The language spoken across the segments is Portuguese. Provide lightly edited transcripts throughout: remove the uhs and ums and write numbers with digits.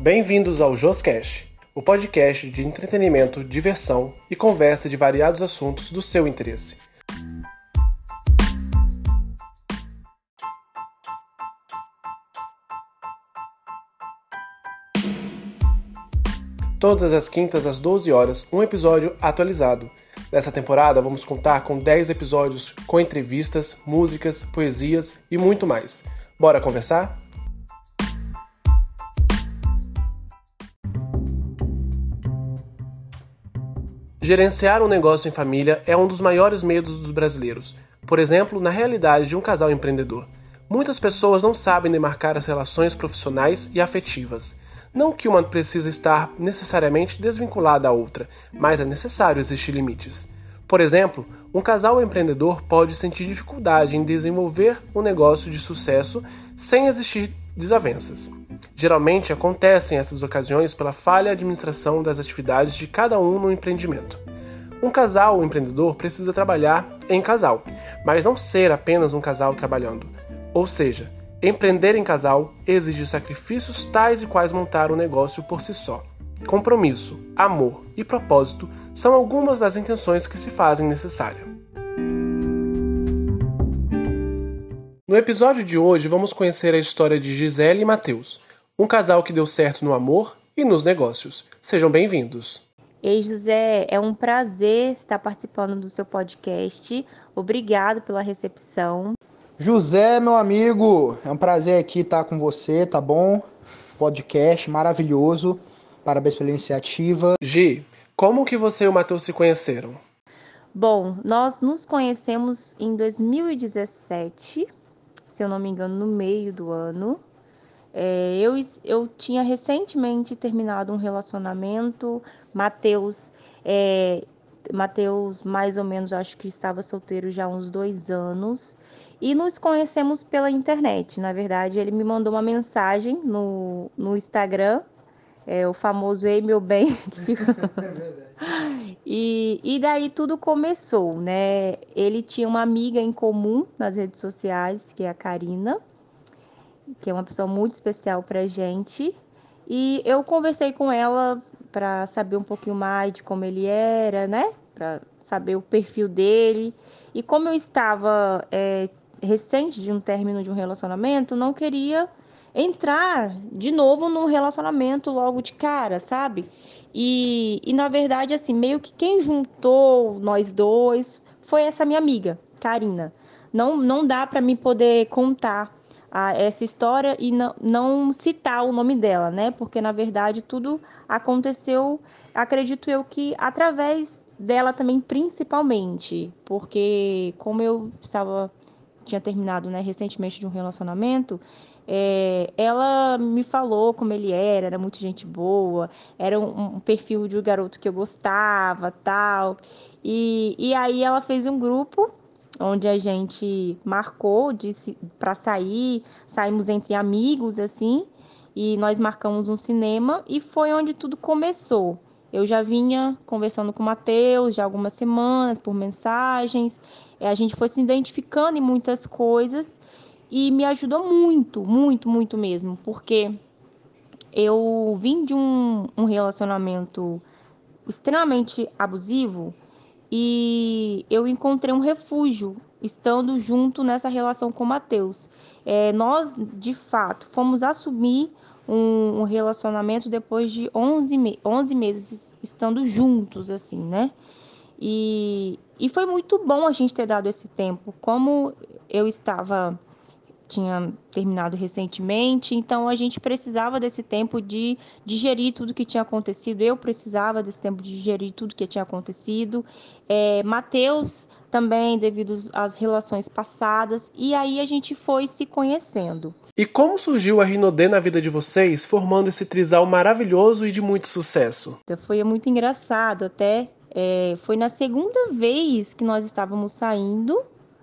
Bem-vindos ao Joscast, o podcast de entretenimento, diversão e conversa de variados assuntos do seu interesse. Todas as quintas às 12 horas, um episódio atualizado. Nessa temporada, vamos contar com 10 episódios com entrevistas, músicas, poesias e muito mais. Bora conversar? Gerenciar um negócio em família é um dos maiores medos dos brasileiros. Por exemplo, na realidade de um casal empreendedor. Muitas pessoas não sabem demarcar as relações profissionais e afetivas. Não que uma precisa estar necessariamente desvinculada da outra, mas é necessário existir limites. Por exemplo, um casal empreendedor pode sentir dificuldade em desenvolver um negócio de sucesso sem existir desavenças. Geralmente acontecem essas ocasiões pela falha administração das atividades de cada um no empreendimento. Um casal empreendedor precisa trabalhar em casal, mas não ser apenas um casal trabalhando. Ou seja, empreender em casal exige sacrifícios tais e quais montar um negócio por si só. Compromisso, amor e propósito são algumas das intenções que se fazem necessárias. No episódio de hoje vamos conhecer a história de Gisele e Matheus, um casal que deu certo no amor e nos negócios. Sejam bem-vindos. Ei, José, é um prazer estar participando do seu podcast. Obrigado pela recepção. José, meu amigo, é um prazer aqui estar com você, tá bom? Podcast maravilhoso, parabéns pela iniciativa. Gi, como que você e o Matheus se conheceram? Bom, nós nos conhecemos em 2017, se eu não me engano, no meio do ano. Eu tinha recentemente terminado um relacionamento, Matheus mais ou menos, acho que estava solteiro já há uns 2 anos, e nos conhecemos pela internet. Na verdade, ele me mandou uma mensagem no Instagram, o famoso Ei Meu Bem. E daí tudo começou, né? Ele tinha uma amiga em comum nas redes sociais, que é a Karina, que é uma pessoa muito especial pra gente. E eu conversei com ela para saber um pouquinho mais de como ele era, né? Para saber o perfil dele. E como eu estava recente de um término de um relacionamento, não queria entrar de novo num relacionamento logo de cara, sabe? E na verdade, assim, meio que quem juntou nós dois foi essa minha amiga, Karina. Não dá para mim poder contar essa história e não citar o nome dela, né? Porque, na verdade, tudo aconteceu, acredito eu, que através dela também, principalmente. Porque, como eu tinha terminado, né, recentemente de um relacionamento, ela me falou como ele era muito gente boa, era um perfil de um garoto que eu gostava, tal. E aí ela fez um grupo onde a gente marcou para saímos entre amigos, assim, e nós marcamos um cinema e foi onde tudo começou. Eu já vinha conversando com o Matheus já há algumas semanas por mensagens, a gente foi se identificando em muitas coisas e me ajudou muito, muito, muito mesmo, porque eu vim de um relacionamento extremamente abusivo e eu encontrei um refúgio estando junto nessa relação com o Matheus. Nós, de fato, fomos assumir um relacionamento depois de 11 meses estando juntos, assim, né? E foi muito bom a gente ter dado esse tempo. Como eu tinha terminado recentemente, então a gente precisava desse tempo de digerir tudo que tinha acontecido, eu precisava desse tempo de digerir tudo que tinha acontecido, Matheus também, devido às relações passadas, e aí a gente foi se conhecendo. E como surgiu a Rinodê na vida de vocês, formando esse trisal maravilhoso e de muito sucesso? Foi muito engraçado, até foi na segunda vez que nós estávamos saindo,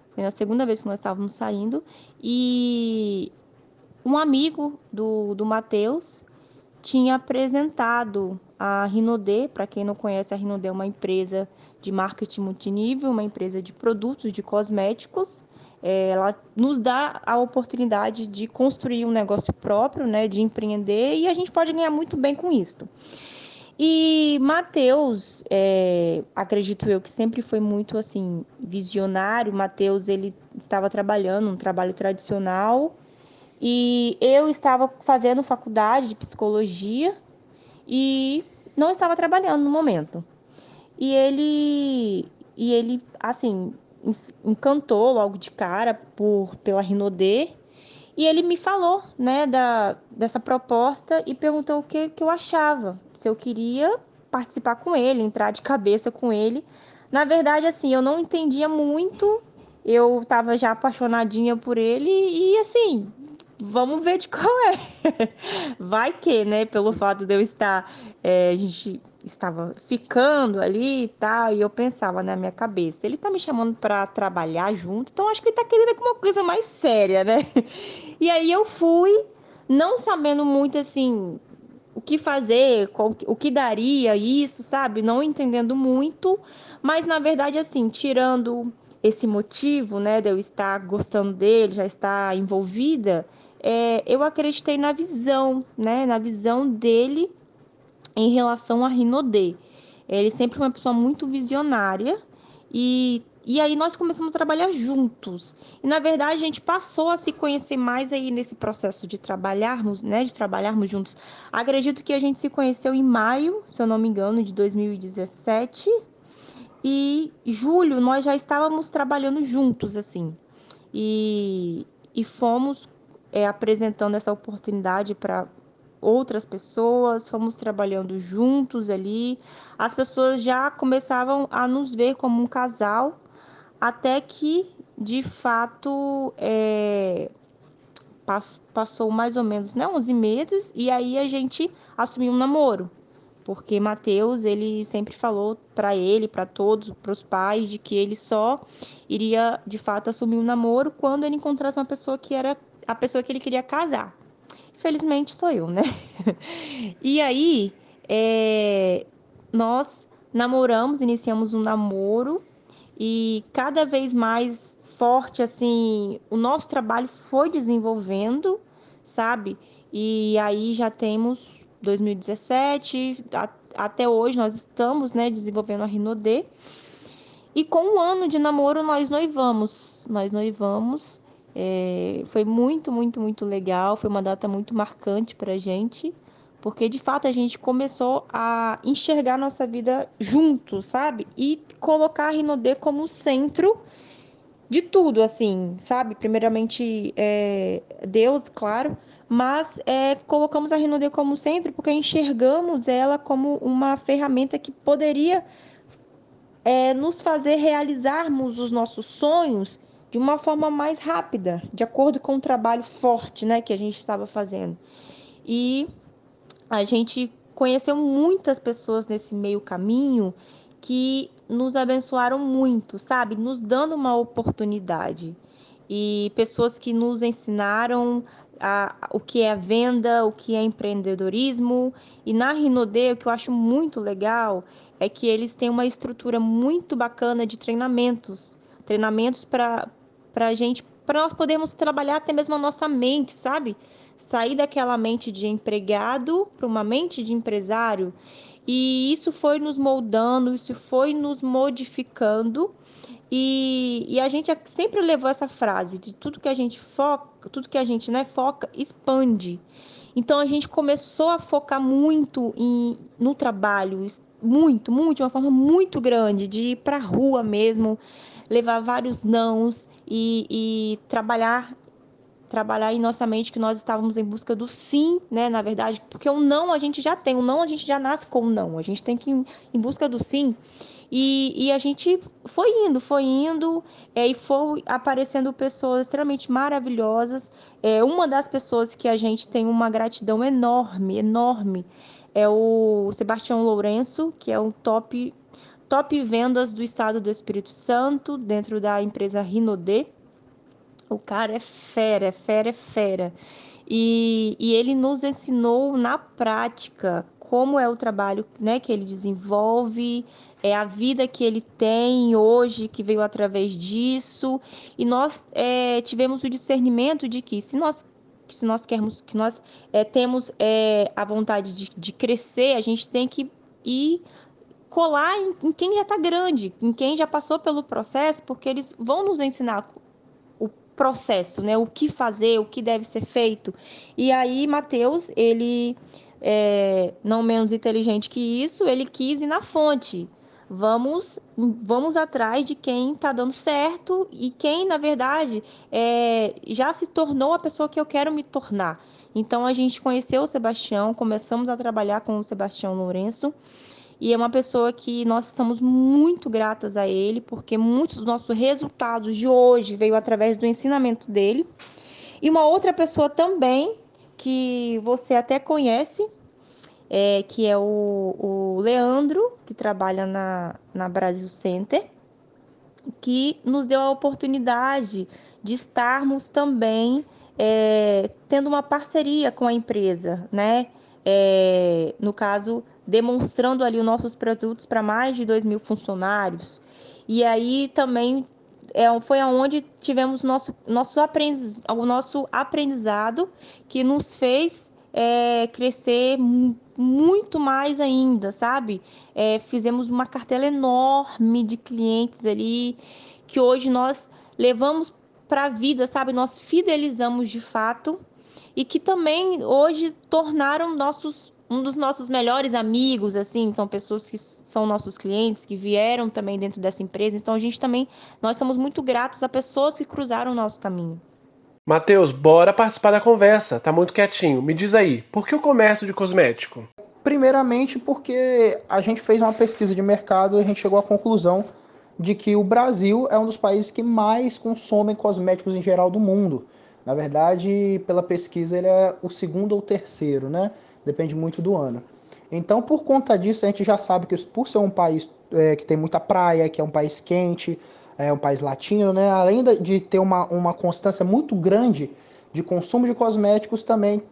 e um amigo do Matheus tinha apresentado a Rinodê. Para quem não conhece, a Rinodê é uma empresa de marketing multinível, uma empresa de produtos de cosméticos. ela nos dá a oportunidade de construir um negócio próprio, né, de empreender, e a gente pode ganhar muito bem com isso. E Matheus, acredito eu que sempre foi muito assim visionário. Matheus, ele estava trabalhando um trabalho tradicional e eu estava fazendo faculdade de psicologia e não estava trabalhando no momento. E ele assim, encantou logo de cara pela Rinodê. E ele me falou, né, dessa proposta e perguntou o que eu achava, se eu queria participar com ele, entrar de cabeça com ele. Na verdade, assim, eu não entendia muito, eu estava já apaixonadinha por ele e, assim, vamos ver de qual é. Vai que, né? Pelo fato de eu estar. A gente estava ficando ali e tal, e eu pensava na minha cabeça, ele tá me chamando para trabalhar junto, então acho que ele tá querendo alguma coisa mais séria, né? E aí eu fui, não sabendo muito assim o que fazer, o que daria isso, sabe? Não entendendo muito, mas na verdade, assim, tirando esse motivo, né, de eu estar gostando dele, já estar envolvida, eu acreditei na visão, né, na visão dele em relação a Rinodê. Ele sempre foi uma pessoa muito visionária e aí nós começamos a trabalhar juntos. E na verdade a gente passou a se conhecer mais aí nesse processo de trabalharmos, né, de trabalharmos juntos. Acredito que a gente se conheceu em maio, se eu não me engano, de 2017. E julho nós já estávamos trabalhando juntos, assim. E fomos apresentando essa oportunidade para outras pessoas, fomos trabalhando juntos ali. As pessoas já começavam a nos ver como um casal, até que, de fato, passou mais ou menos, né, 11 meses, e aí a gente assumiu um namoro. Porque Mateus, ele sempre falou para ele, para todos, para os pais, de que ele só iria, de fato, assumir um namoro quando ele encontrasse uma pessoa que era a pessoa que ele queria casar. Infelizmente sou eu, né? E aí, nós namoramos, iniciamos um namoro e cada vez mais forte, assim, o nosso trabalho foi desenvolvendo, sabe? E aí já temos 2017, até hoje nós estamos, né, desenvolvendo a Rinodê. E com um ano de namoro nós noivamos. Foi muito, muito, muito legal. Foi uma data muito marcante pra gente. Porque de fato a gente começou a enxergar nossa vida juntos, sabe? E colocar a Rinodê como centro de tudo, assim, sabe? Primeiramente, Deus, claro, mas colocamos a Rinodê como centro porque enxergamos ela como uma ferramenta que poderia nos fazer realizarmos os nossos sonhos de uma forma mais rápida, de acordo com o trabalho forte, né, que a gente estava fazendo. E a gente conheceu muitas pessoas nesse meio caminho que nos abençoaram muito, sabe? Nos dando uma oportunidade. E pessoas que nos ensinaram o que é venda, o que é empreendedorismo. E na Rinodê, o que eu acho muito legal é que eles têm uma estrutura muito bacana de treinamentos. Treinamentos para gente, para nós podermos trabalhar até mesmo a nossa mente, sabe? Sair daquela mente de empregado para uma mente de empresário. E isso foi nos moldando, isso foi nos modificando. E a gente sempre levou essa frase de tudo que a gente foca, tudo que a gente, né, foca, expande. Então a gente começou a focar muito no trabalho, muito, muito, de uma forma muito grande, de ir para a rua mesmo, levar vários nãos e trabalhar em nossa mente que nós estávamos em busca do sim, né, na verdade, porque o não a gente já tem, o não a gente já nasce com o não, a gente tem que ir em busca do sim. E a gente foi indo, e foi aparecendo pessoas extremamente maravilhosas. Uma das pessoas que a gente tem uma gratidão enorme, enorme, é o Sebastião Lourenço, que é um top vendas do estado do Espírito Santo, dentro da empresa Rinodê. O cara é fera, é fera, é fera. E ele nos ensinou na prática como é o trabalho, né, que ele desenvolve, a vida que ele tem hoje, que veio através disso. E nós tivemos o discernimento de que se nós queremos, que nós temos a vontade de crescer, a gente tem que ir colar em quem já está grande, em quem já passou pelo processo, porque eles vão nos ensinar o processo, né? O que fazer, o que deve ser feito. E aí, Mateus, ele, não menos inteligente que isso, ele quis ir na fonte. Vamos atrás de quem está dando certo e quem, na verdade, já se tornou a pessoa que eu quero me tornar. Então, a gente conheceu o Sebastião, começamos a trabalhar com o Sebastião Lourenço, e é uma pessoa que nós somos muito gratas a ele, porque muitos dos nossos resultados de hoje veio através do ensinamento dele. E uma outra pessoa também, que você até conhece, que é o Leandro, que trabalha na Brasil Center, que nos deu a oportunidade de estarmos também tendo uma parceria com a empresa, né? No caso, demonstrando ali os nossos produtos para mais de 2.000 funcionários. E aí também foi aonde tivemos o nosso aprendizado, que nos fez crescer muito mais ainda, sabe? Fizemos uma cartela enorme de clientes ali, que hoje nós levamos para a vida, sabe? Nós fidelizamos de fato, e que também hoje tornaram um dos nossos melhores amigos, assim, são pessoas que são nossos clientes, que vieram também dentro dessa empresa. Então nós somos muito gratos a pessoas que cruzaram o nosso caminho. Matheus, bora participar da conversa. Tá muito quietinho. Me diz aí, por que o comércio de cosmético? Primeiramente porque a gente fez uma pesquisa de mercado e a gente chegou à conclusão de que o Brasil é um dos países que mais consomem cosméticos em geral do mundo. Na verdade, pela pesquisa, ele é o segundo ou terceiro, né? Depende muito do ano. Então, por conta disso, a gente já sabe que por ser um país que tem muita praia, que é um país quente, é um país latino, né? Além de ter uma constância muito grande de consumo de cosméticos, também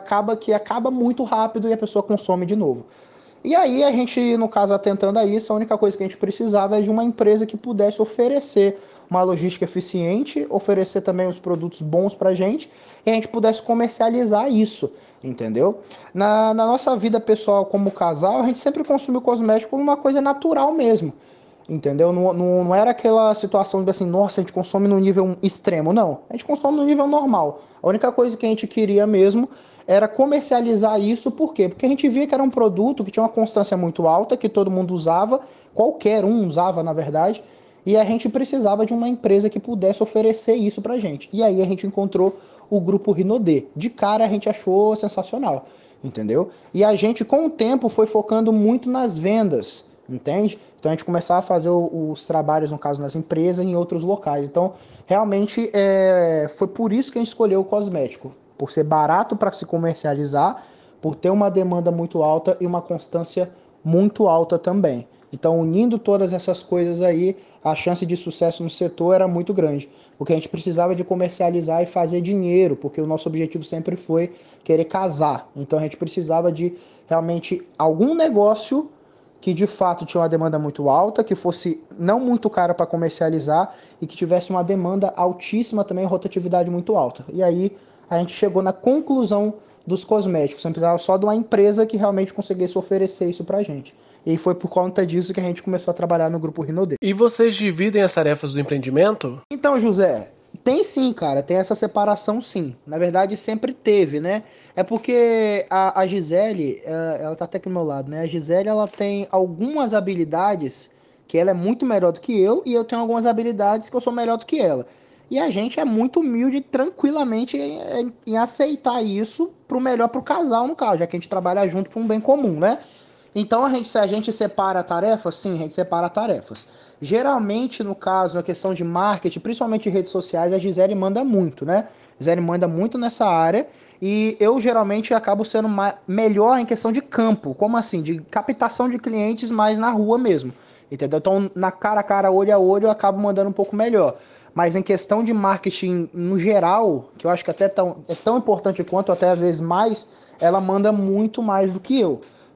acaba muito rápido e a pessoa consome de novo. E aí a gente, no caso, atentando a isso, a única coisa que a gente precisava é de uma empresa que pudesse oferecer uma logística eficiente, oferecer também os produtos bons pra gente, e a gente pudesse comercializar isso, entendeu? Na nossa vida pessoal como casal, a gente sempre consumiu cosmético como uma coisa natural mesmo, entendeu? Não era aquela situação de assim, nossa, a gente consome no nível extremo, não. A gente consome no nível normal. A única coisa que a gente queria mesmo era comercializar isso, por quê? Porque a gente via que era um produto que tinha uma constância muito alta, que todo mundo usava, qualquer um usava, na verdade, e a gente precisava de uma empresa que pudesse oferecer isso pra gente. E aí a gente encontrou o grupo Rinodê. De cara a gente achou sensacional, entendeu? E a gente, com o tempo, foi focando muito nas vendas, entende? Então a gente começava a fazer os trabalhos, no caso, nas empresas e em outros locais. Então, realmente, foi por isso que a gente escolheu o cosmético. Por ser barato para se comercializar, por ter uma demanda muito alta e uma constância muito alta também. Então, unindo todas essas coisas aí, a chance de sucesso no setor era muito grande, porque a gente precisava de comercializar e fazer dinheiro, porque o nosso objetivo sempre foi querer casar. Então, a gente precisava de realmente algum negócio que de fato tinha uma demanda muito alta, que fosse não muito caro para comercializar e que tivesse uma demanda altíssima também, rotatividade muito alta. E aí a gente chegou na conclusão dos cosméticos. Você precisava só de uma empresa que realmente conseguisse oferecer isso pra gente. E foi por conta disso que a gente começou a trabalhar no grupo Rinodê. E vocês dividem as tarefas do empreendimento? Então, José, tem sim, cara, tem essa separação sim. Na verdade, sempre teve, né? É porque a Gisele, ela tá até aqui do meu lado, né? A Gisele, ela tem algumas habilidades que ela é muito melhor do que eu, e eu tenho algumas habilidades que eu sou melhor do que ela. E a gente é muito humilde tranquilamente em aceitar isso pro melhor pro casal, no caso, já que a gente trabalha junto para um bem comum, né? Então se a gente separa tarefas, sim, a gente separa tarefas. Geralmente, no caso, a questão de marketing, principalmente redes sociais, a Gisele manda muito, né? A Gisele manda muito nessa área e eu geralmente acabo sendo melhor em questão de campo, como assim? De captação de clientes mais na rua mesmo, entendeu? Então, na cara a cara, olho a olho, eu acabo mandando um pouco melhor. Mas em questão de marketing no geral, que eu acho que até é tão importante quanto, até às vezes mais, ela manda muito mais do que eu.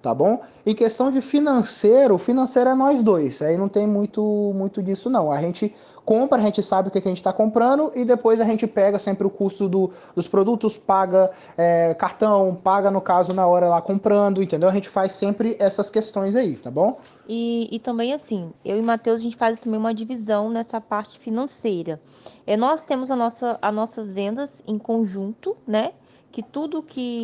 tá bom? Em questão de financeiro, o financeiro é nós dois, aí não tem muito disso não. A gente compra, a gente sabe o que a gente está comprando e depois a gente pega sempre o custo dos produtos, paga cartão, paga no caso na hora lá comprando, entendeu? A gente faz sempre essas questões aí, tá bom? E também, assim, eu e Matheus, a gente faz também uma divisão nessa parte financeira. Nós temos as nossas vendas em conjunto, né? Que tudo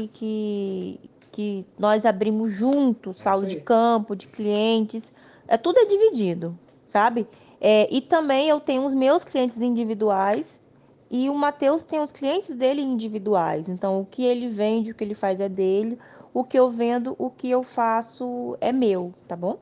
que nós abrimos juntos, falo de campo, de clientes, tudo é dividido, sabe? E também eu tenho os meus clientes individuais e o Matheus tem os clientes dele individuais. Então, o que ele vende, o que ele faz é dele, o que eu vendo, o que eu faço é meu, tá bom?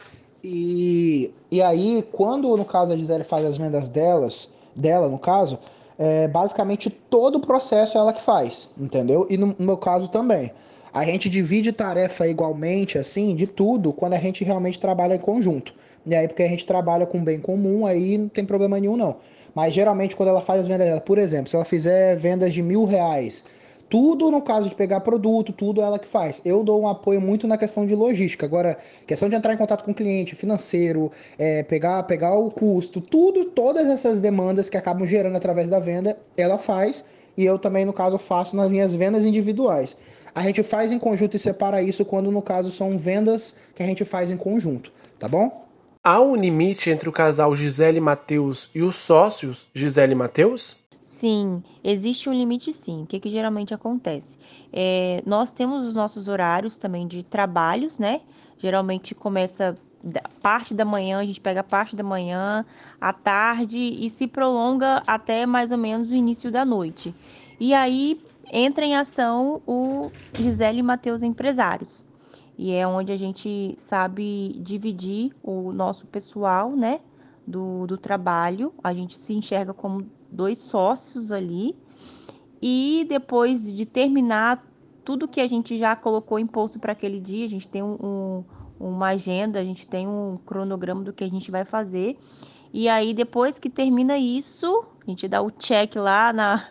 E aí, quando no caso a Gisele faz as vendas dela no caso, basicamente todo o processo é ela que faz, entendeu? E no meu caso também. A gente divide tarefa igualmente, assim, de tudo, quando a gente realmente trabalha em conjunto. E aí, porque a gente trabalha com bem comum, aí não tem problema nenhum, não. Mas geralmente, quando ela faz as vendas dela, por exemplo, se ela fizer vendas de R$ 1.000, tudo no caso de pegar produto, tudo ela que faz. Eu dou um apoio muito na questão de logística. Agora, questão de entrar em contato com o cliente, financeiro, pegar o custo, tudo, todas essas demandas que acabam gerando através da venda, ela faz. E eu também, no caso, faço nas minhas vendas individuais. A gente faz em conjunto e separa isso quando, no caso, são vendas que a gente faz em conjunto, tá bom? Há um limite entre o casal Gisele e Matheus e os sócios Gisele e Matheus? Sim, existe um limite sim. O que que geralmente acontece? Nós temos os nossos horários também de trabalhos, né? Geralmente começa parte da manhã, a gente pega parte da manhã, à tarde e se prolonga até mais ou menos o início da noite. E aí entra em ação o Gisele e Matheus Empresários. E é onde a gente sabe dividir o nosso pessoal, né? Do trabalho. A gente se enxerga como dois sócios ali. E depois de terminar tudo que a gente já colocou imposto para aquele dia, a gente tem uma agenda, a gente tem um cronograma do que a gente vai fazer. E aí, depois que termina isso, a gente dá o check lá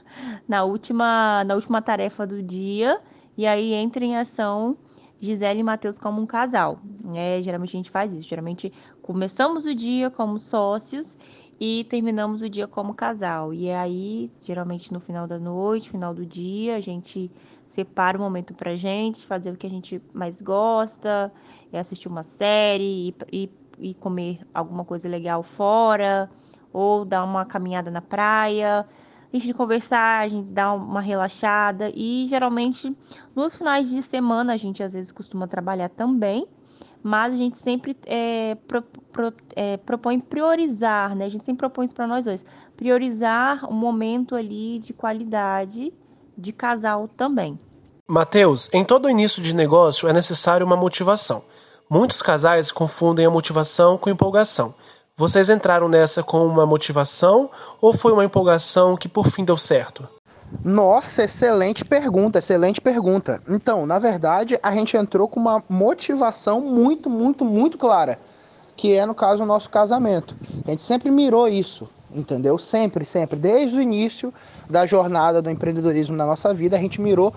na última tarefa do dia. E aí entra em ação Gisele e Matheus como um casal. Geralmente a gente faz isso. Geralmente começamos o dia como sócios e terminamos o dia como casal. E aí, geralmente no final da noite, final do dia, a gente separa um momento pra gente, fazer o que a gente mais gosta, assistir uma série e comer alguma coisa legal fora, ou dar uma caminhada na praia. A gente conversar, a gente dá uma relaxada e geralmente nos finais de semana a gente às vezes costuma trabalhar também, mas a gente sempre propõe priorizar, né? A gente sempre propõe isso para nós dois, priorizar um momento ali de qualidade de casal também. Matheus, em todo início de negócio é necessário uma motivação. Muitos casais confundem a motivação com empolgação. Vocês entraram nessa com uma motivação ou foi uma empolgação que por fim deu certo? Nossa, excelente pergunta, excelente pergunta. Então, na verdade, a gente entrou com uma motivação muito clara, que é, no caso, o nosso casamento. A gente sempre mirou isso, entendeu? Sempre, sempre. Desde o início da jornada do empreendedorismo na nossa vida, a gente mirou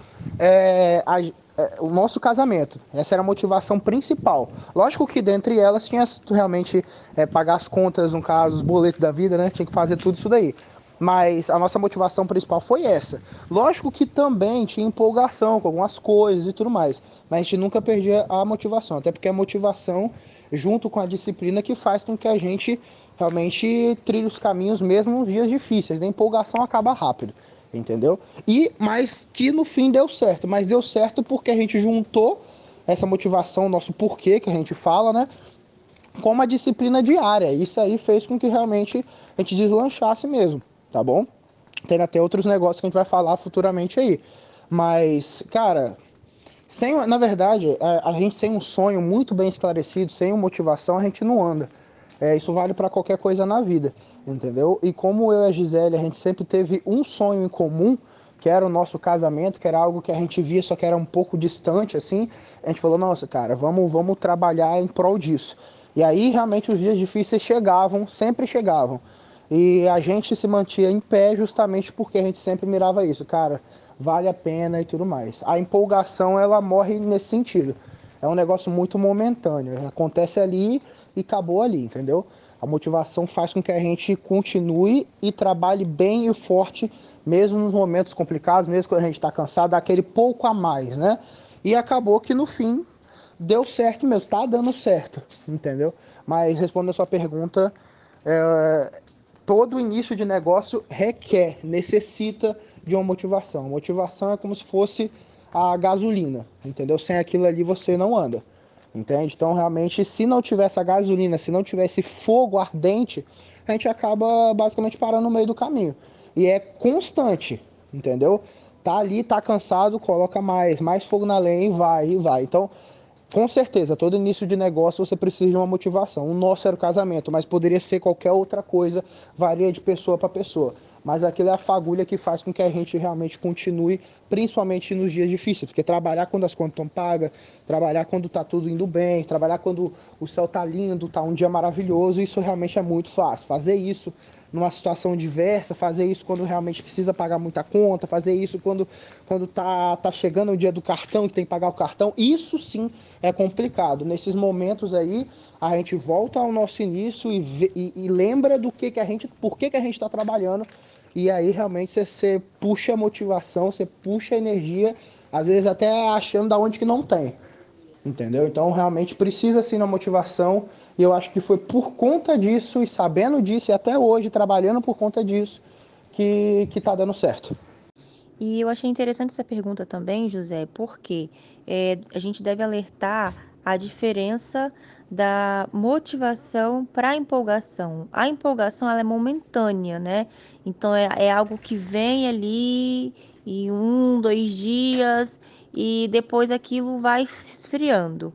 o nosso casamento. Essa era a motivação principal. Lógico que dentre elas tinha realmente pagar as contas, no caso, os boletos da vida, né? Tinha que fazer tudo isso daí. Mas a nossa motivação principal foi essa. Lógico que também tinha empolgação com algumas coisas e tudo mais. Mas a gente nunca perdia a motivação. Até porque a motivação, junto com a disciplina, que faz com que a gente realmente trilhe os caminhos mesmo nos dias difíceis. A empolgação acaba rápido, entendeu? Mas que no fim deu certo. Mas deu certo porque a gente juntou essa motivação, nosso porquê que a gente fala, né? Com uma disciplina diária. Isso aí fez com que realmente a gente deslanchasse mesmo, tá bom? Tem até outros negócios que a gente vai falar futuramente aí. Mas, cara, na verdade, a gente sem um sonho muito bem esclarecido, sem uma motivação, a gente não anda. Isso vale para qualquer coisa na vida, entendeu? E como eu e a Gisele, a gente sempre teve um sonho em comum, que era o nosso casamento, que era algo que a gente via, só que era um pouco distante, assim, a gente falou, nossa, cara, vamos trabalhar em prol disso. E aí, realmente, os dias difíceis chegavam, sempre chegavam. E a gente se mantinha em pé justamente porque a gente sempre mirava isso, cara, vale a pena e tudo mais. A empolgação, ela morre nesse sentido. é um negócio muito momentâneo. Acontece ali e acabou ali, entendeu? A motivação faz com que a gente continue e trabalhe bem e forte, mesmo nos momentos complicados, mesmo quando a gente está cansado, dá aquele pouco a mais, né? E acabou que no fim deu certo mesmo, tá dando certo, entendeu? Mas respondendo a sua pergunta, todo início de negócio necessita de uma motivação. A motivação é como se fosse a gasolina, entendeu? Sem aquilo ali você não anda, entende? Então realmente, se não tivesse a gasolina, se não tivesse fogo ardente, a gente acaba basicamente parando no meio do caminho. E é constante, entendeu? Tá ali, tá cansado, coloca mais fogo na lenha e vai. Então, com certeza, todo início de negócio você precisa de uma motivação. O nosso era o casamento, mas poderia ser qualquer outra coisa, varia de pessoa para pessoa. Mas aquilo é a fagulha que faz com que a gente realmente continue, principalmente nos dias difíceis. Porque trabalhar quando as contas estão pagas, trabalhar quando está tudo indo bem, trabalhar quando o céu está lindo, está um dia maravilhoso, isso realmente é muito fácil. Fazer isso numa situação diversa, fazer isso quando realmente precisa pagar muita conta, fazer isso quando tá chegando o dia do cartão e tem que pagar o cartão, isso sim é complicado. Nesses momentos aí, a gente volta ao nosso início e lembra do que a gente, por que a gente está trabalhando, e aí realmente você puxa a motivação, você puxa a energia, às vezes até achando da onde que não tem. Entendeu? Então realmente precisa sim da motivação, e eu acho que foi por conta disso e sabendo disso e até hoje trabalhando por conta disso que tá dando certo. E eu achei interessante essa pergunta também, José, porque a gente deve alertar a diferença da motivação para a empolgação. A empolgação ela é momentânea, né? Então é algo que vem ali em 1, 2 dias e depois aquilo vai se esfriando.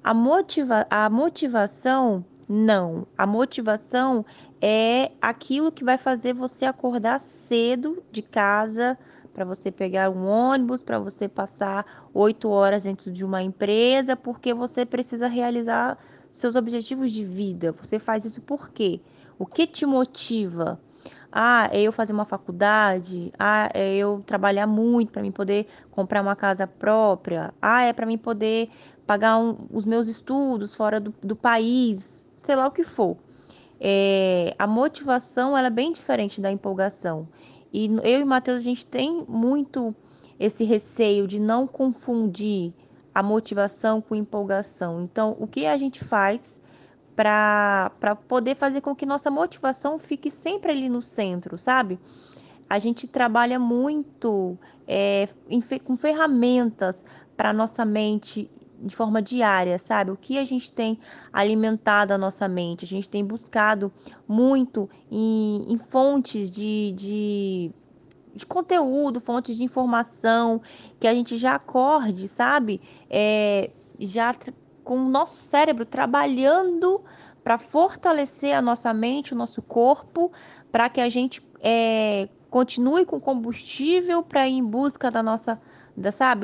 A motivação, não. A motivação é aquilo que vai fazer você acordar cedo de casa para você pegar um ônibus, para você passar 8 horas dentro de uma empresa, porque você precisa realizar seus objetivos de vida. Você faz isso por quê? O que te motiva? Ah, é eu fazer uma faculdade? Ah, é eu trabalhar muito para mim poder comprar uma casa própria? Ah, é para mim poder pagar os meus estudos fora do país? Sei lá o que for. A motivação ela é bem diferente da empolgação. E eu e o Matheus, a gente tem muito esse receio de não confundir a motivação com empolgação. Então, o que a gente faz para poder fazer com que nossa motivação fique sempre ali no centro, sabe? A gente trabalha muito com ferramentas para nossa mente de forma diária, sabe? O que a gente tem alimentado a nossa mente? A gente tem buscado muito em fontes de conteúdo, fontes de informação, que a gente já acorde, sabe? Já com o nosso cérebro trabalhando para fortalecer a nossa mente, o nosso corpo, para que a gente continue com combustível para ir em busca da nossa, sabe,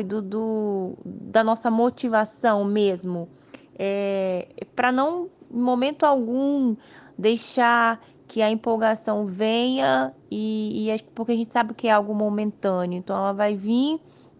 da nossa motivação mesmo. Para não, em momento algum, deixar que a empolgação venha porque a gente sabe que é algo momentâneo, então ela vai vir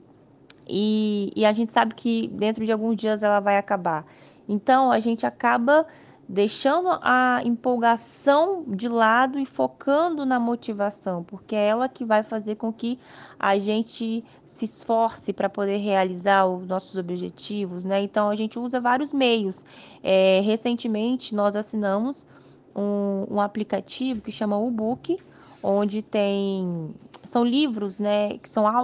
e a gente sabe que dentro de alguns dias ela vai acabar. Então a gente acaba deixando a empolgação de lado e focando na motivação, porque é ela que vai fazer com que a gente se esforce para poder realizar os nossos objetivos, né? Então a gente usa vários meios. Recentemente nós assinamos um aplicativo que chama Ubook, onde são livros, né, que são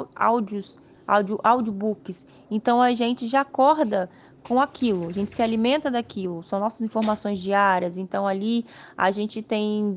audiobooks. Então a gente já acorda com aquilo, a gente se alimenta daquilo, são nossas informações diárias. Então ali a gente tem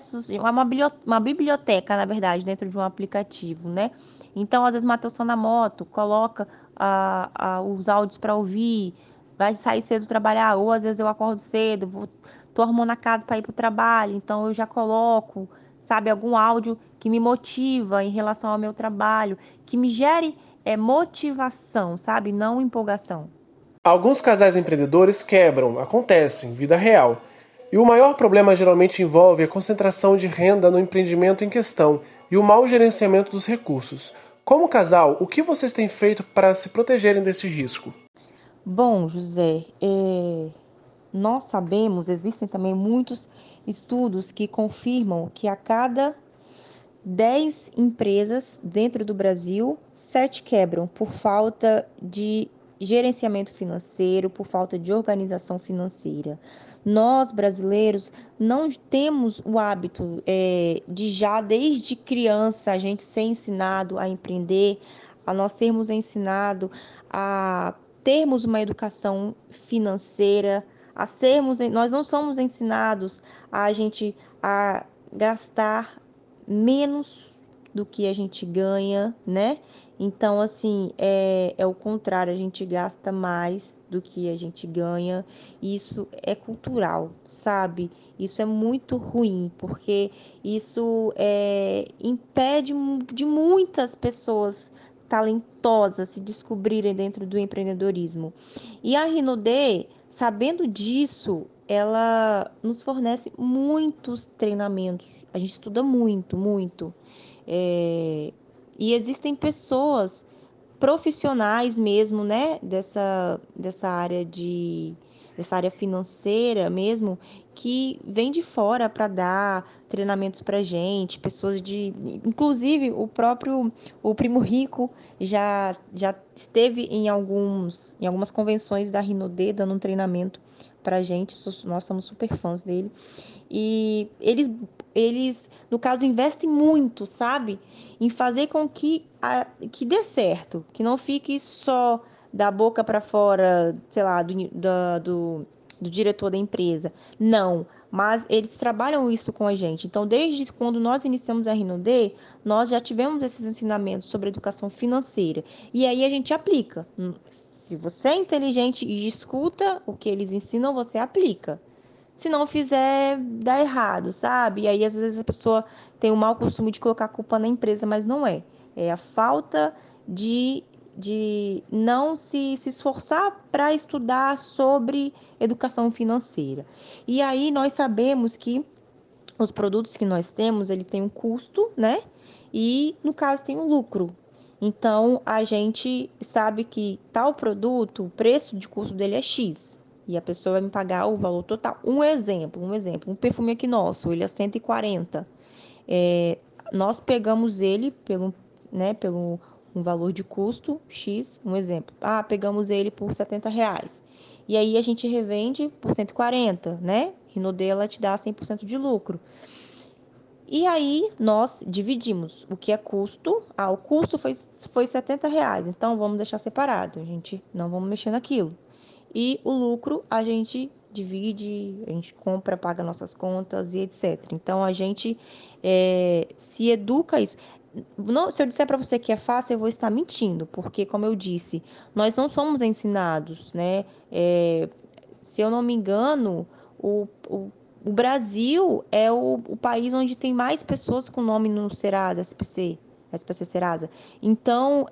uma biblioteca, na verdade, dentro de um aplicativo, né? Então às vezes o Matheus está na moto, coloca os áudios para ouvir, vai sair cedo trabalhar, ou às vezes eu acordo cedo, tô arrumando a casa para ir para o trabalho, então eu já coloco, sabe, algum áudio que me motiva em relação ao meu trabalho, que me gere motivação, sabe, não empolgação. Alguns casais empreendedores quebram, acontece, em vida real. E o maior problema geralmente envolve a concentração de renda no empreendimento em questão e o mau gerenciamento dos recursos. Como casal, o que vocês têm feito para se protegerem desse risco? Bom, José, nós sabemos, existem também muitos estudos que confirmam que a cada 10 empresas dentro do Brasil, 7 quebram por falta de gerenciamento financeiro, por falta de organização financeira. Nós, brasileiros, não temos o hábito de já desde criança a gente ser ensinado a empreender, a nós sermos ensinados a termos uma educação financeira, nós não somos ensinados a gente a gastar menos do que a gente ganha, né? Então, assim, é o contrário, a gente gasta mais do que a gente ganha. Isso é cultural, sabe? Isso é muito ruim, porque isso impede de muitas pessoas talentosas se descobrirem dentro do empreendedorismo. E a Rinode, sabendo disso, ela nos fornece muitos treinamentos. A gente estuda muito, muito. É, E existem pessoas profissionais mesmo, né, dessa área financeira mesmo, que vem de fora para dar treinamentos para gente, pessoas inclusive o Primo Rico já esteve em algumas convenções da Rinode dando um treinamento para gente, nós somos super fãs dele. E eles, no caso, investem muito, sabe? Em fazer com que dê certo, que não fique só da boca para fora, sei lá, do diretor da empresa. Não, mas eles trabalham isso com a gente. Então, desde quando nós iniciamos a Rinode, nós já tivemos esses ensinamentos sobre educação financeira. E aí a gente aplica. Se você é inteligente e escuta o que eles ensinam, você aplica. Se não fizer, dá errado, sabe? E aí, às vezes, a pessoa tem o mau costume de colocar a culpa na empresa, mas não é. É a falta de, de não se esforçar para estudar sobre educação financeira. E aí, nós sabemos que os produtos que nós temos, ele tem um custo, né? E, no caso, tem um lucro. Então, a gente sabe que tal produto, o preço de custo dele é X. E a pessoa vai me pagar o valor total. Um perfume aqui nosso, ele é 140. É, Nós pegamos ele pelo um valor de custo X, um exemplo. Pegamos ele por R$ 70. E aí a gente revende por 140, né? Rinode, ela te dá 100% de lucro. E aí nós dividimos o que é custo. O custo foi R$ 70, então vamos deixar separado. A gente não vamos mexer naquilo. E o lucro a gente divide, a gente compra, paga nossas contas e etc. Então a gente se educa isso. Não, se eu disser para você que é fácil, eu vou estar mentindo, porque, como eu disse, nós não somos ensinados, né? Se eu não me engano, o Brasil é o país onde tem mais pessoas com nome no Serasa, SPC Serasa. Então,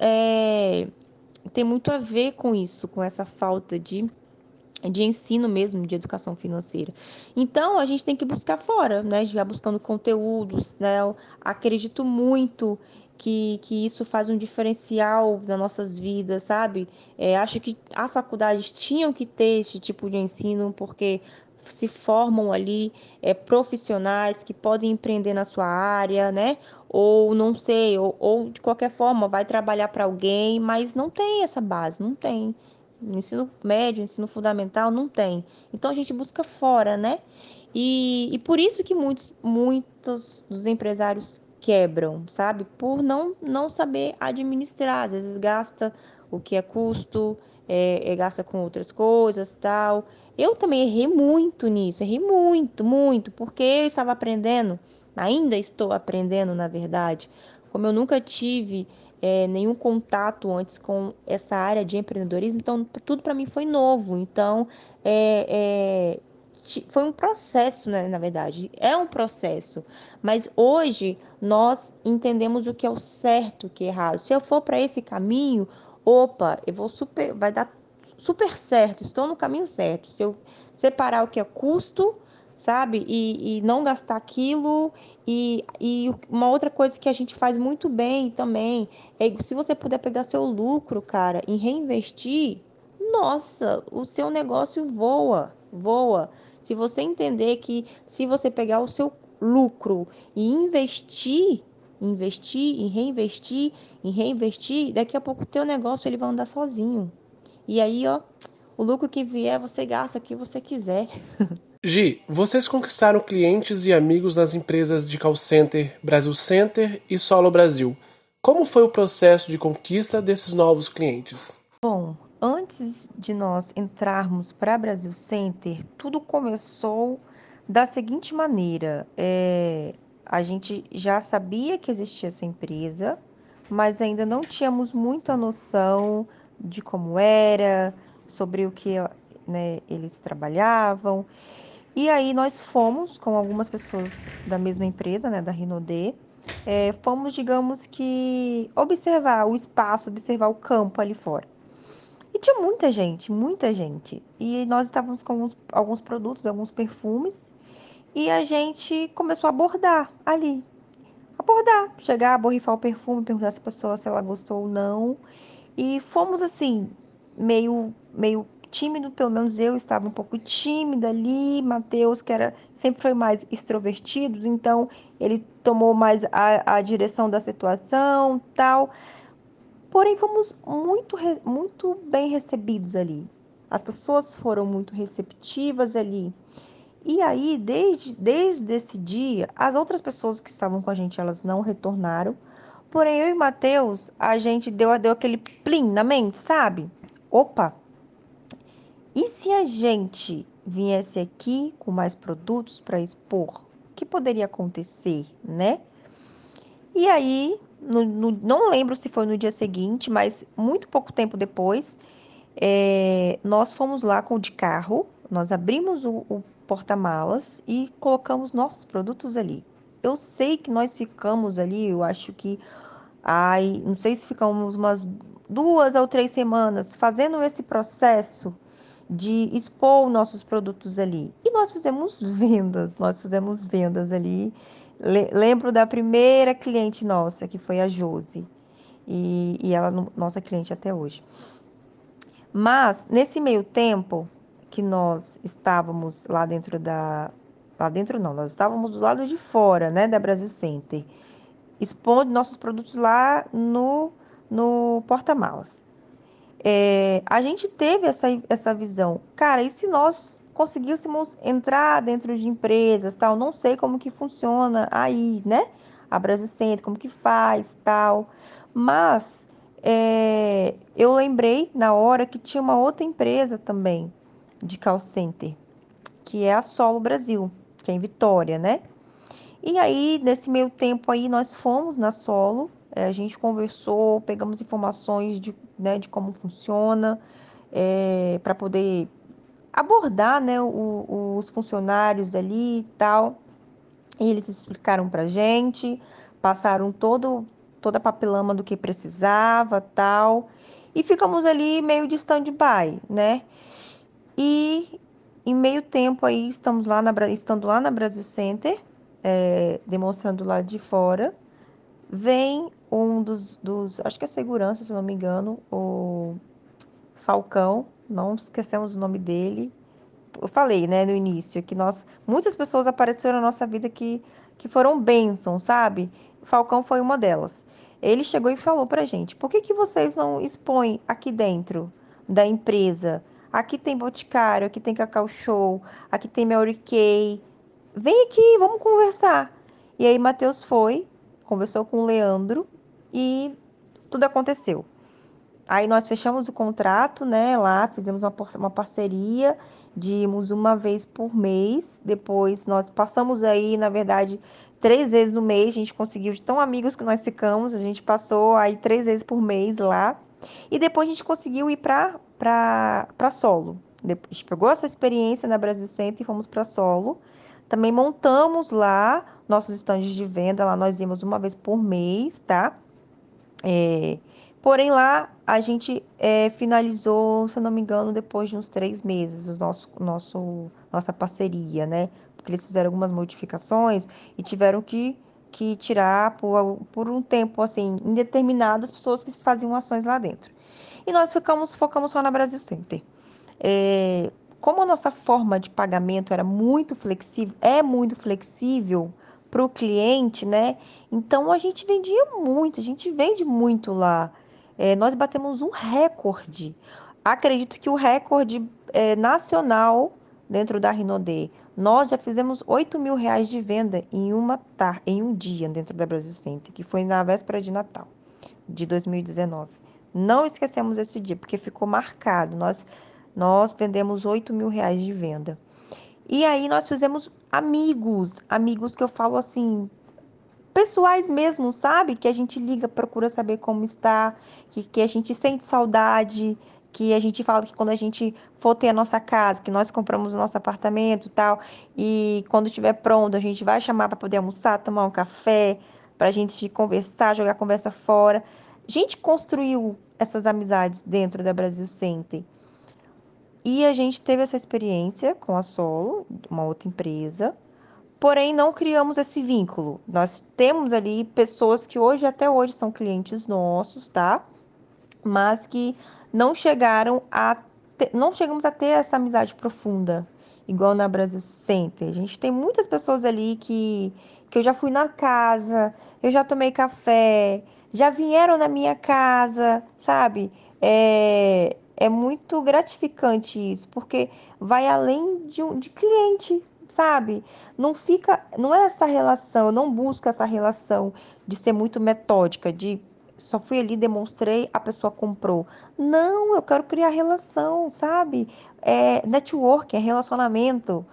tem muito a ver com isso, com essa falta de ensino mesmo, de educação financeira. Então, a gente tem que buscar fora, né? A gente vai buscando conteúdos, né? Eu acredito muito que isso faz um diferencial nas nossas vidas, sabe? Acho que as faculdades tinham que ter esse tipo de ensino, porque se formam ali profissionais que podem empreender na sua área, né? Ou não sei, ou de qualquer forma vai trabalhar para alguém, mas não tem essa base, não tem. No ensino médio, ensino fundamental, não tem. Então a gente busca fora, né? E por isso que muitos dos empresários quebram, sabe? Por não saber administrar. Às vezes gasta o que é custo, gasta com outras coisas, tal. Eu também errei muito nisso, errei muito, muito, porque eu estava aprendendo, ainda estou aprendendo, na verdade. Como eu nunca tive nenhum contato antes com essa área de empreendedorismo, então tudo para mim foi novo. Então, foi um processo, né, na verdade, é um processo. Mas hoje nós entendemos o que é o certo, o que é errado. Se eu for para esse caminho, opa, vai dar super certo, estou no caminho certo. Se eu separar o que é custo, sabe, e não gastar aquilo. E uma outra coisa que a gente faz muito bem também é se você puder pegar seu lucro, cara, e reinvestir, nossa, o seu negócio voa, voa. Se você entender que se você pegar o seu lucro e investir e reinvestir e reinvestir, daqui a pouco o teu negócio ele vai andar sozinho. E aí, ó, o lucro que vier, você gasta o que você quiser. Gi, vocês conquistaram clientes e amigos nas empresas de call center Brasil Center e Solo Brasil. Como foi o processo de conquista desses novos clientes? Bom, antes de nós entrarmos para Brasil Center, tudo começou da seguinte maneira: a gente já sabia que existia essa empresa, mas ainda não tínhamos muita noção de como era, sobre o que, né, eles trabalhavam. E aí nós fomos com algumas pessoas da mesma empresa, né, da Rinode, fomos, digamos que, observar o espaço, observar o campo ali fora. E tinha muita gente, muita gente. E nós estávamos com alguns produtos, alguns perfumes, e a gente começou a abordar ali. Abordar, chegar, borrifar o perfume, perguntar se a pessoa se ela gostou ou não. E fomos assim, meio tímido, pelo menos eu estava um pouco tímida ali. Matheus, sempre foi mais extrovertido, então ele tomou mais a direção da situação, tal. Porém, fomos muito bem recebidos ali. As pessoas foram muito receptivas ali. E aí, desde esse dia, as outras pessoas que estavam com a gente, elas não retornaram. Porém, eu e Matheus, a gente deu aquele plim na mente, sabe? Opa, e se a gente viesse aqui com mais produtos para expor? O que poderia acontecer, né? E aí, não lembro se foi no dia seguinte, mas muito pouco tempo depois, nós fomos lá de carro, nós abrimos o porta-malas e colocamos nossos produtos ali. Eu sei que nós ficamos ali, eu acho que, não sei se ficamos umas 2 ou 3 semanas fazendo esse processo de expor nossos produtos ali. E nós fizemos vendas ali. Lembro da primeira cliente nossa, que foi a Josi, e ela nossa cliente até hoje. Mas, nesse meio tempo que nós estávamos lá dentro Lá dentro não, nós estávamos do lado de fora, né, da Brasil Center, expondo nossos produtos lá no porta-malas. A gente teve essa visão. Cara, e se nós conseguíssemos entrar dentro de empresas, tal? Não sei como que funciona aí, né? A Brasil Center, como que faz, tal. Mas eu lembrei na hora que tinha uma outra empresa também de call center, que é a Solo Brasil, que é em Vitória, né? E aí, nesse meio tempo aí, nós fomos na Solo, a gente conversou, pegamos informações né, de como funciona, para poder abordar, né, os funcionários ali e tal. E eles explicaram pra gente, passaram toda a papelama do que precisava, tal. E ficamos ali meio de stand-by, né? E em meio tempo aí, estando lá na Brasil Center, demonstrando lá de fora, vem um acho que é segurança, se não me engano, o Falcão, não esquecemos o nome dele. Eu falei, né, no início, que muitas pessoas apareceram na nossa vida que foram bênçãos, sabe? O Falcão foi uma delas. Ele chegou e falou pra gente: por que que vocês não expõem aqui dentro da empresa? Aqui tem Boticário, aqui tem Cacau Show, aqui tem Mary Kay. Vem aqui, vamos conversar. E aí, Matheus foi, conversou com o Leandro e tudo aconteceu. Aí nós fechamos o contrato, né, lá, fizemos uma parceria de irmos uma vez por mês. Depois nós passamos aí, na verdade, 3 vezes no mês. A gente conseguiu, de tão amigos que nós ficamos, a gente passou aí 3 vezes por mês lá. E depois a gente conseguiu ir para Solo. A gente pegou essa experiência na Brasil Center e fomos para Solo. Também montamos lá nossos estandes de venda. Lá nós íamos uma vez por mês, tá? Porém, lá a gente finalizou, se eu não me engano, depois de uns 3 meses, nossa parceria, né? Porque eles fizeram algumas modificações e tiveram que tirar por um tempo, assim, indeterminado, as pessoas que faziam ações lá dentro. E nós focamos só na Brasil Center. Como a nossa forma de pagamento era muito flexível, é muito flexível para o cliente, né? Então a gente vendia muito, a gente vende muito lá. Nós batemos um recorde. Acredito que o recorde nacional dentro da Rinodê. Nós já fizemos R$ 8.000 de venda em um dia dentro da Brasil Center, que foi na véspera de Natal de 2019. Não esquecemos esse dia, porque ficou marcado. Nós vendemos R$ 8.000 de venda. E aí nós fizemos amigos que eu falo assim, pessoais mesmo, sabe? Que a gente liga, procura saber como está, que a gente sente saudade, que a gente fala que quando a gente for ter a nossa casa, que nós compramos o nosso apartamento e tal, e quando estiver pronto, a gente vai chamar para poder almoçar, tomar um café, para a gente conversar, jogar a conversa fora. A gente construiu essas amizades dentro da Brasil Center. E a gente teve essa experiência com a Solo, uma outra empresa, porém não criamos esse vínculo. Nós temos ali pessoas que hoje, até hoje, são clientes nossos, tá? Mas que não chegamos a ter essa amizade profunda, igual na Brasil Center. A gente tem muitas pessoas ali que eu já fui na casa, eu já tomei café, já vieram na minha casa, sabe? É muito gratificante isso, porque vai além de cliente, sabe? Não é essa relação, eu não busco essa relação de ser muito metódica, de só fui ali, demonstrei, a pessoa comprou. Não, eu quero criar relação, sabe? É networking, é relacionamento,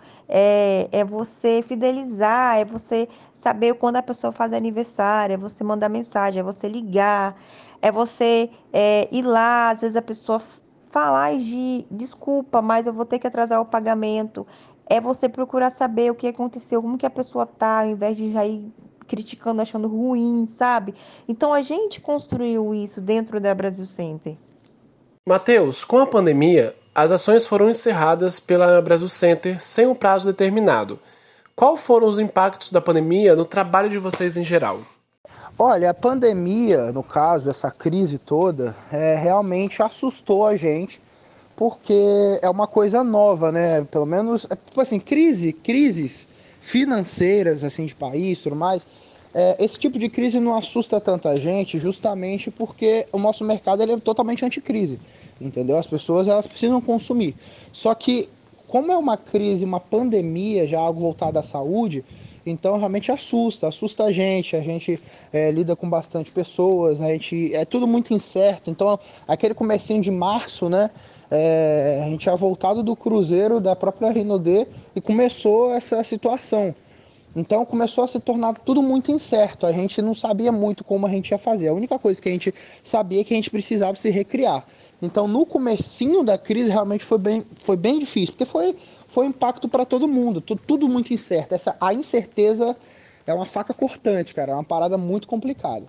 é você fidelizar, é você saber quando a pessoa faz aniversário, é você mandar mensagem, é você ligar, é você ir lá, às vezes a pessoa falar de desculpa, mas eu vou ter que atrasar o pagamento. É você procurar saber o que aconteceu, como que a pessoa tá, ao invés de já ir criticando, achando ruim, sabe? Então a gente construiu isso dentro da Brasil Center. Matheus, com a pandemia, as ações foram encerradas pela Brasil Center sem um prazo determinado. Qual foram os impactos da pandemia no trabalho de vocês em geral? Olha, a pandemia, no caso, essa crise toda, realmente assustou a gente, porque é uma coisa nova, né? Pelo menos, tipo assim, crises financeiras, assim, de país e tudo mais, esse tipo de crise não assusta tanta gente, justamente porque o nosso mercado ele é totalmente anticrise, entendeu? As pessoas, elas precisam consumir. Só que, como é uma crise, uma pandemia, já algo voltado à saúde, então realmente assusta a gente lida com bastante pessoas, a gente, é tudo muito incerto, então aquele comecinho de março, né, a gente tinha voltado do cruzeiro da própria Rinodê e começou essa situação. Então começou a se tornar tudo muito incerto, a gente não sabia muito como a gente ia fazer, a única coisa que a gente sabia é que a gente precisava se recriar. Então no comecinho da crise realmente foi bem difícil, porque foi impacto para todo mundo, tudo muito incerto. A incerteza é uma faca cortante, cara, é uma parada muito complicada.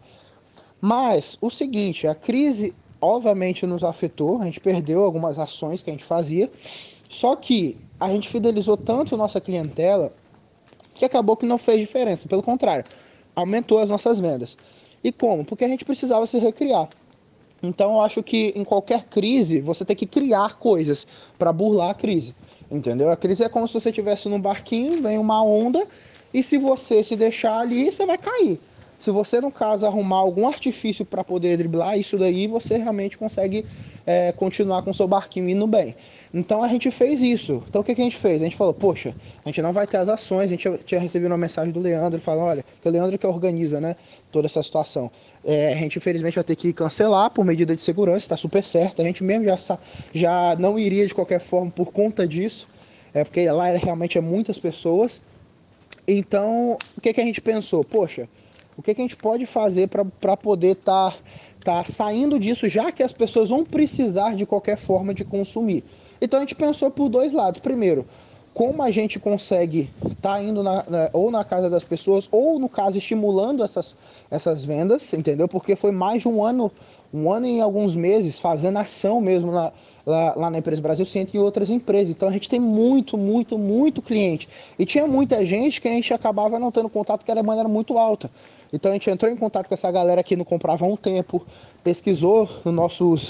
Mas o seguinte, a crise obviamente nos afetou, a gente perdeu algumas ações que a gente fazia, só que a gente fidelizou tanto a nossa clientela que acabou que não fez diferença, pelo contrário, aumentou as nossas vendas. E como? Porque a gente precisava se recriar. Então eu acho que em qualquer crise você tem que criar coisas para burlar a crise, entendeu? A crise é como se você estivesse num barquinho, vem uma onda e se você se deixar ali, você vai cair. Se você, no caso, arrumar algum artifício para poder driblar isso daí, você realmente consegue continuar com o seu barquinho indo bem. Então a gente fez isso. Então o que a gente fez? A gente falou, poxa, a gente não vai ter as ações. A gente tinha recebido uma mensagem do Leandro falando, olha, que é o Leandro que organiza, né, toda essa situação. A gente infelizmente vai ter que cancelar por medida de segurança, está super certo. A gente mesmo já não iria de qualquer forma por conta disso, porque lá realmente é muitas pessoas. Então o que a gente pensou? Poxa, o que a gente pode fazer para poder tá saindo disso, já que as pessoas vão precisar de qualquer forma de consumir. Então a gente pensou por dois lados. Primeiro, como a gente consegue estar indo ou na casa das pessoas, ou no caso estimulando essas vendas, entendeu? Porque foi mais de um ano e alguns meses fazendo ação mesmo lá na empresa Brasil Center e em outras empresas. Então a gente tem muito cliente. E tinha muita gente que a gente acabava não tendo contato porque a demanda era muito alta. Então a gente entrou em contato com essa galera que não comprava há um tempo, pesquisou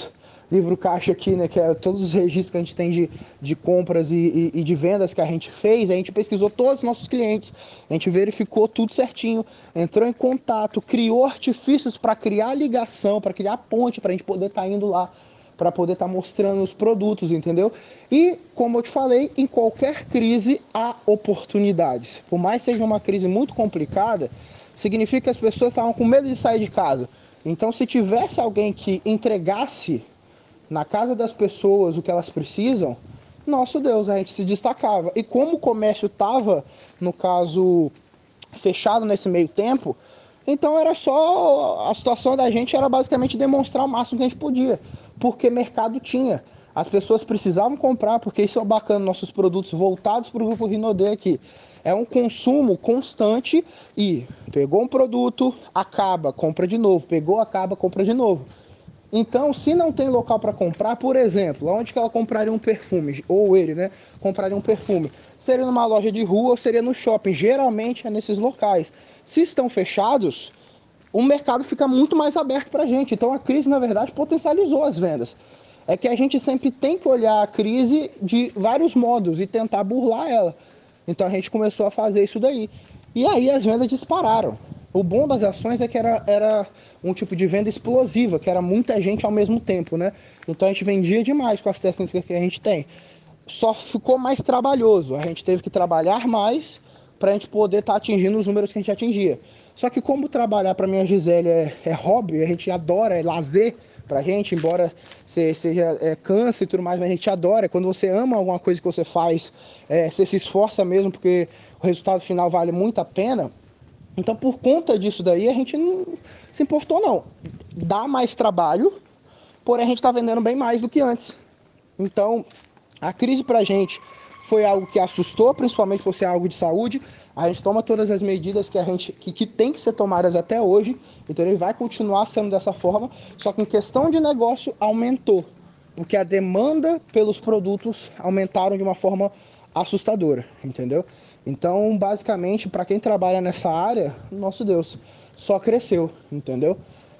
livro caixa aqui, né, que é todos os registros que a gente tem de compras e de vendas que a gente fez. A gente pesquisou todos os nossos clientes, a gente verificou tudo certinho, entrou em contato, criou artifícios para criar ligação, para criar ponte, para a gente poder estar indo lá, para poder estar mostrando os produtos, entendeu? E, como eu te falei, em qualquer crise há oportunidades. Por mais que seja uma crise muito complicada, significa que as pessoas estavam com medo de sair de casa. Então, se tivesse alguém que entregasse na casa das pessoas o que elas precisam, nosso Deus, a gente se destacava. E como o comércio estava, no caso, fechado nesse meio tempo, então era só, a situação da gente era basicamente demonstrar o máximo que a gente podia, porque mercado tinha. As pessoas precisavam comprar, porque isso é bacana, nossos produtos voltados para o Grupo Rinodê aqui. É um consumo constante e pegou um produto, acaba, compra de novo, pegou, acaba, compra de novo. Então, se não tem local para comprar, por exemplo, onde que ela compraria um perfume? Ou ele, né? Compraria um perfume. Seria numa loja de rua ou seria no shopping. Geralmente é nesses locais. Se estão fechados, o mercado fica muito mais aberto para a gente. Então, a crise, na verdade, potencializou as vendas. É que a gente sempre tem que olhar a crise de vários modos e tentar burlar ela. Então, a gente começou a fazer isso daí. E aí as vendas dispararam. O bom das ações é que era um tipo de venda explosiva, que era muita gente ao mesmo tempo, né? Então a gente vendia demais com as técnicas que a gente tem. Só ficou mais trabalhoso, a gente teve que trabalhar mais para a gente poder estar atingindo os números que a gente atingia. Só que como trabalhar para mim e a Gisele é hobby, a gente adora, é lazer pra gente, embora seja câncer e tudo mais, mas a gente adora. Quando você ama alguma coisa que você faz, você se esforça mesmo, porque o resultado final vale muito a pena. Então, por conta disso daí, a gente não se importou, não. Dá mais trabalho, porém a gente está vendendo bem mais do que antes. Então, a crise pra gente foi algo que assustou, principalmente por ser algo de saúde. A gente toma todas as medidas que tem que ser tomadas até hoje, então ele vai continuar sendo dessa forma, só que em questão de negócio aumentou, porque a demanda pelos produtos aumentaram de uma forma assustadora, entendeu? Então, basicamente, para quem trabalha nessa área, nosso Deus, só cresceu, entendeu?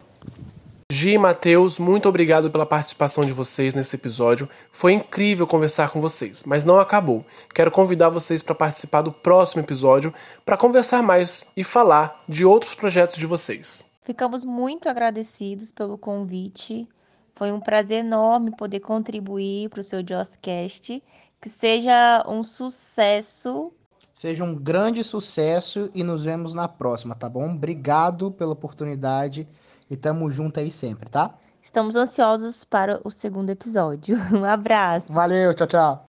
Gi e Matheus, muito obrigado pela participação de vocês nesse episódio. Foi incrível conversar com vocês, mas não acabou. Quero convidar vocês para participar do próximo episódio para conversar mais e falar de outros projetos de vocês. Ficamos muito agradecidos pelo convite. Foi um prazer enorme poder contribuir para o seu Joscast. Que seja um sucesso. Seja um grande sucesso e nos vemos na próxima, tá bom? Obrigado pela oportunidade e tamo junto aí sempre, tá? Estamos ansiosos para o segundo episódio. Um abraço. Valeu, tchau, tchau.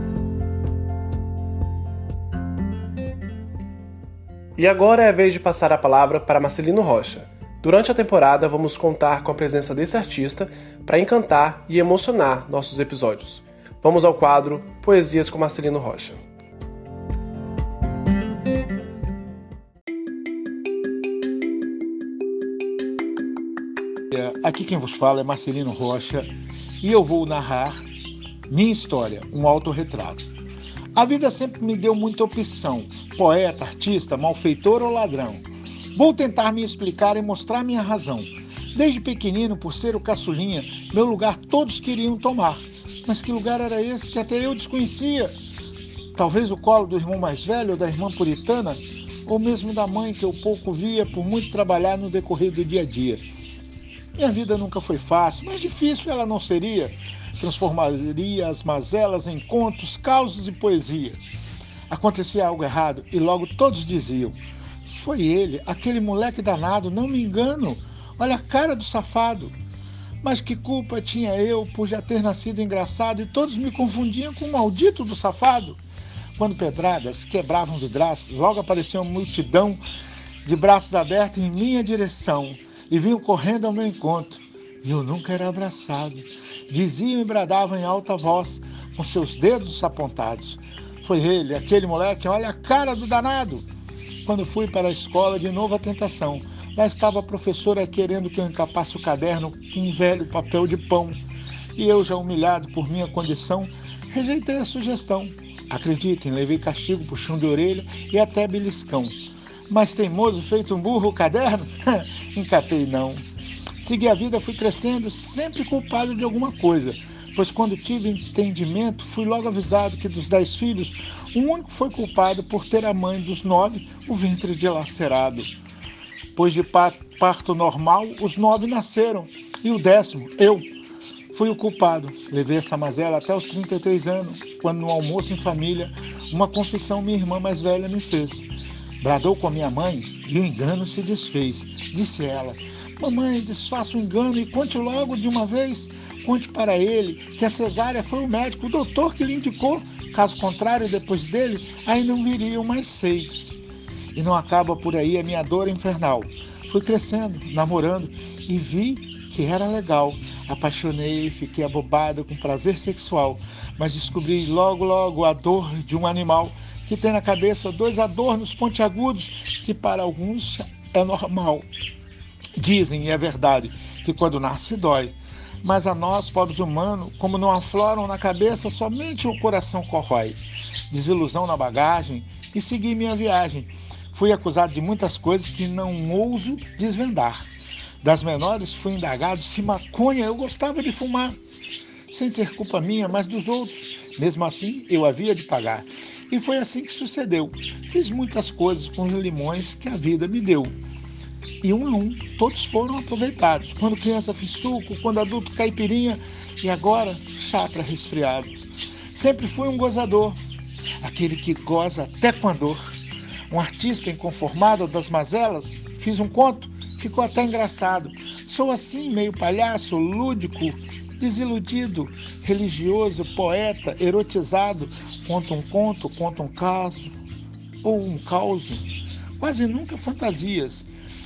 E agora é a vez de passar a palavra para Marcelino Rocha. Durante a temporada, vamos contar com a presença desse artista para encantar e emocionar nossos episódios. Vamos ao quadro Poesias com Marcelino Rocha. Aqui quem vos fala é Marcelino Rocha e eu vou narrar minha história, um autorretrato. A vida sempre me deu muita opção, poeta, artista, malfeitor ou ladrão. Vou tentar me explicar e mostrar minha razão. Desde pequenino, por ser o caçulinha, meu lugar todos queriam tomar. Mas que lugar era esse que até eu desconhecia? Talvez o colo do irmão mais velho ou da irmã puritana, ou mesmo da mãe que eu pouco via por muito trabalhar no decorrer do dia a dia. Minha vida nunca foi fácil, mas difícil ela não seria. Transformaria as mazelas em contos, causos e poesia. Acontecia algo errado e logo todos diziam: foi ele, aquele moleque danado, não me engano. Olha a cara do safado. Mas que culpa tinha eu por já ter nascido engraçado e todos me confundiam com o maldito do safado? Quando pedradas quebravam vidraços, logo aparecia uma multidão de braços abertos em minha direção. E vinham correndo ao meu encontro, e eu nunca era abraçado. Diziam e bradavam em alta voz, com seus dedos apontados: foi ele, aquele moleque, olha a cara do danado. Quando fui para a escola, de novo a tentação. Lá estava a professora querendo que eu encapasse o caderno com um velho papel de pão. E eu, já humilhado por minha condição, rejeitei a sugestão. Acreditem, levei castigo, puxão de orelha e até beliscão. Mas teimoso, feito um burro, o caderno? Encapei não. Segui a vida, fui crescendo, sempre culpado de alguma coisa, pois quando tive entendimento, fui logo avisado que dos 10 filhos, o único foi culpado por ter a mãe dos 9 o ventre dilacerado. Pois de parto normal, os 9 nasceram, e o 10º, eu, fui o culpado. Levei essa mazela até os 33 anos, quando no almoço em família, uma confissão minha irmã mais velha me fez. Bradou com a minha mãe e o engano se desfez. Disse ela: mamãe, desfaça o engano e conte logo de uma vez. Conte para ele que a cesárea foi o médico, o doutor que lhe indicou. Caso contrário, depois dele, aí não viriam mais 6. E não acaba por aí a minha dor infernal. Fui crescendo, namorando e vi que era legal. Apaixonei, fiquei abobada com prazer sexual, mas descobri logo a dor de um animal que tem na cabeça 2 adornos pontiagudos que para alguns é normal. Dizem, e é verdade, que quando nasce dói, mas a nós, pobres humanos, como não afloram na cabeça, somente o coração corrói. Desilusão na bagagem e segui minha viagem. Fui acusado de muitas coisas que não ouso desvendar. Das menores fui indagado se maconha eu gostava de fumar, sem ser culpa minha, mas dos outros. Mesmo assim, eu havia de pagar. E foi assim que sucedeu. Fiz muitas coisas com os limões que a vida me deu. E um a um, todos foram aproveitados. Quando criança fiz suco, quando adulto caipirinha e agora chá para resfriado. Sempre fui um gozador, aquele que goza até com a dor. Um artista inconformado das mazelas, fiz um conto, ficou até engraçado. Sou assim, meio palhaço, lúdico, desiludido, religioso, poeta, erotizado. Conto um conto, conto um caso, ou um caos. Quase nunca fantasias,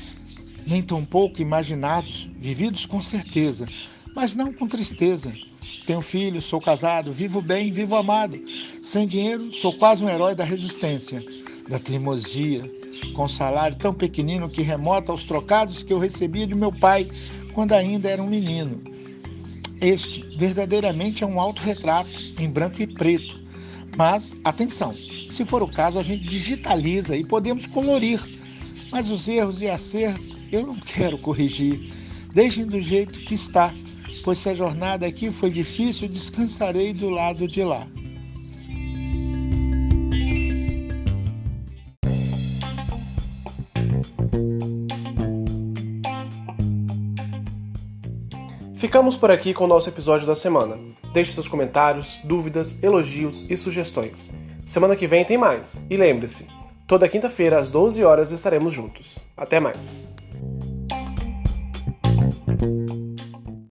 nem tão pouco imaginados, vividos com certeza, mas não com tristeza. Tenho filho, sou casado, vivo bem, vivo amado. Sem dinheiro, sou quase um herói da resistência, da teimosia, com um salário tão pequenino que remota aos trocados que eu recebia de meu pai quando ainda era um menino. Este verdadeiramente é um autorretrato em branco e preto. Mas, atenção, se for o caso, a gente digitaliza e podemos colorir. Mas os erros e acertos eu não quero corrigir. Deixem do jeito que está, pois se a jornada aqui foi difícil, descansarei do lado de lá. Ficamos por aqui com o nosso episódio da semana. Deixe seus comentários, dúvidas, elogios e sugestões. Semana que vem tem mais. E lembre-se, toda quinta-feira às 12 horas estaremos juntos. Até mais!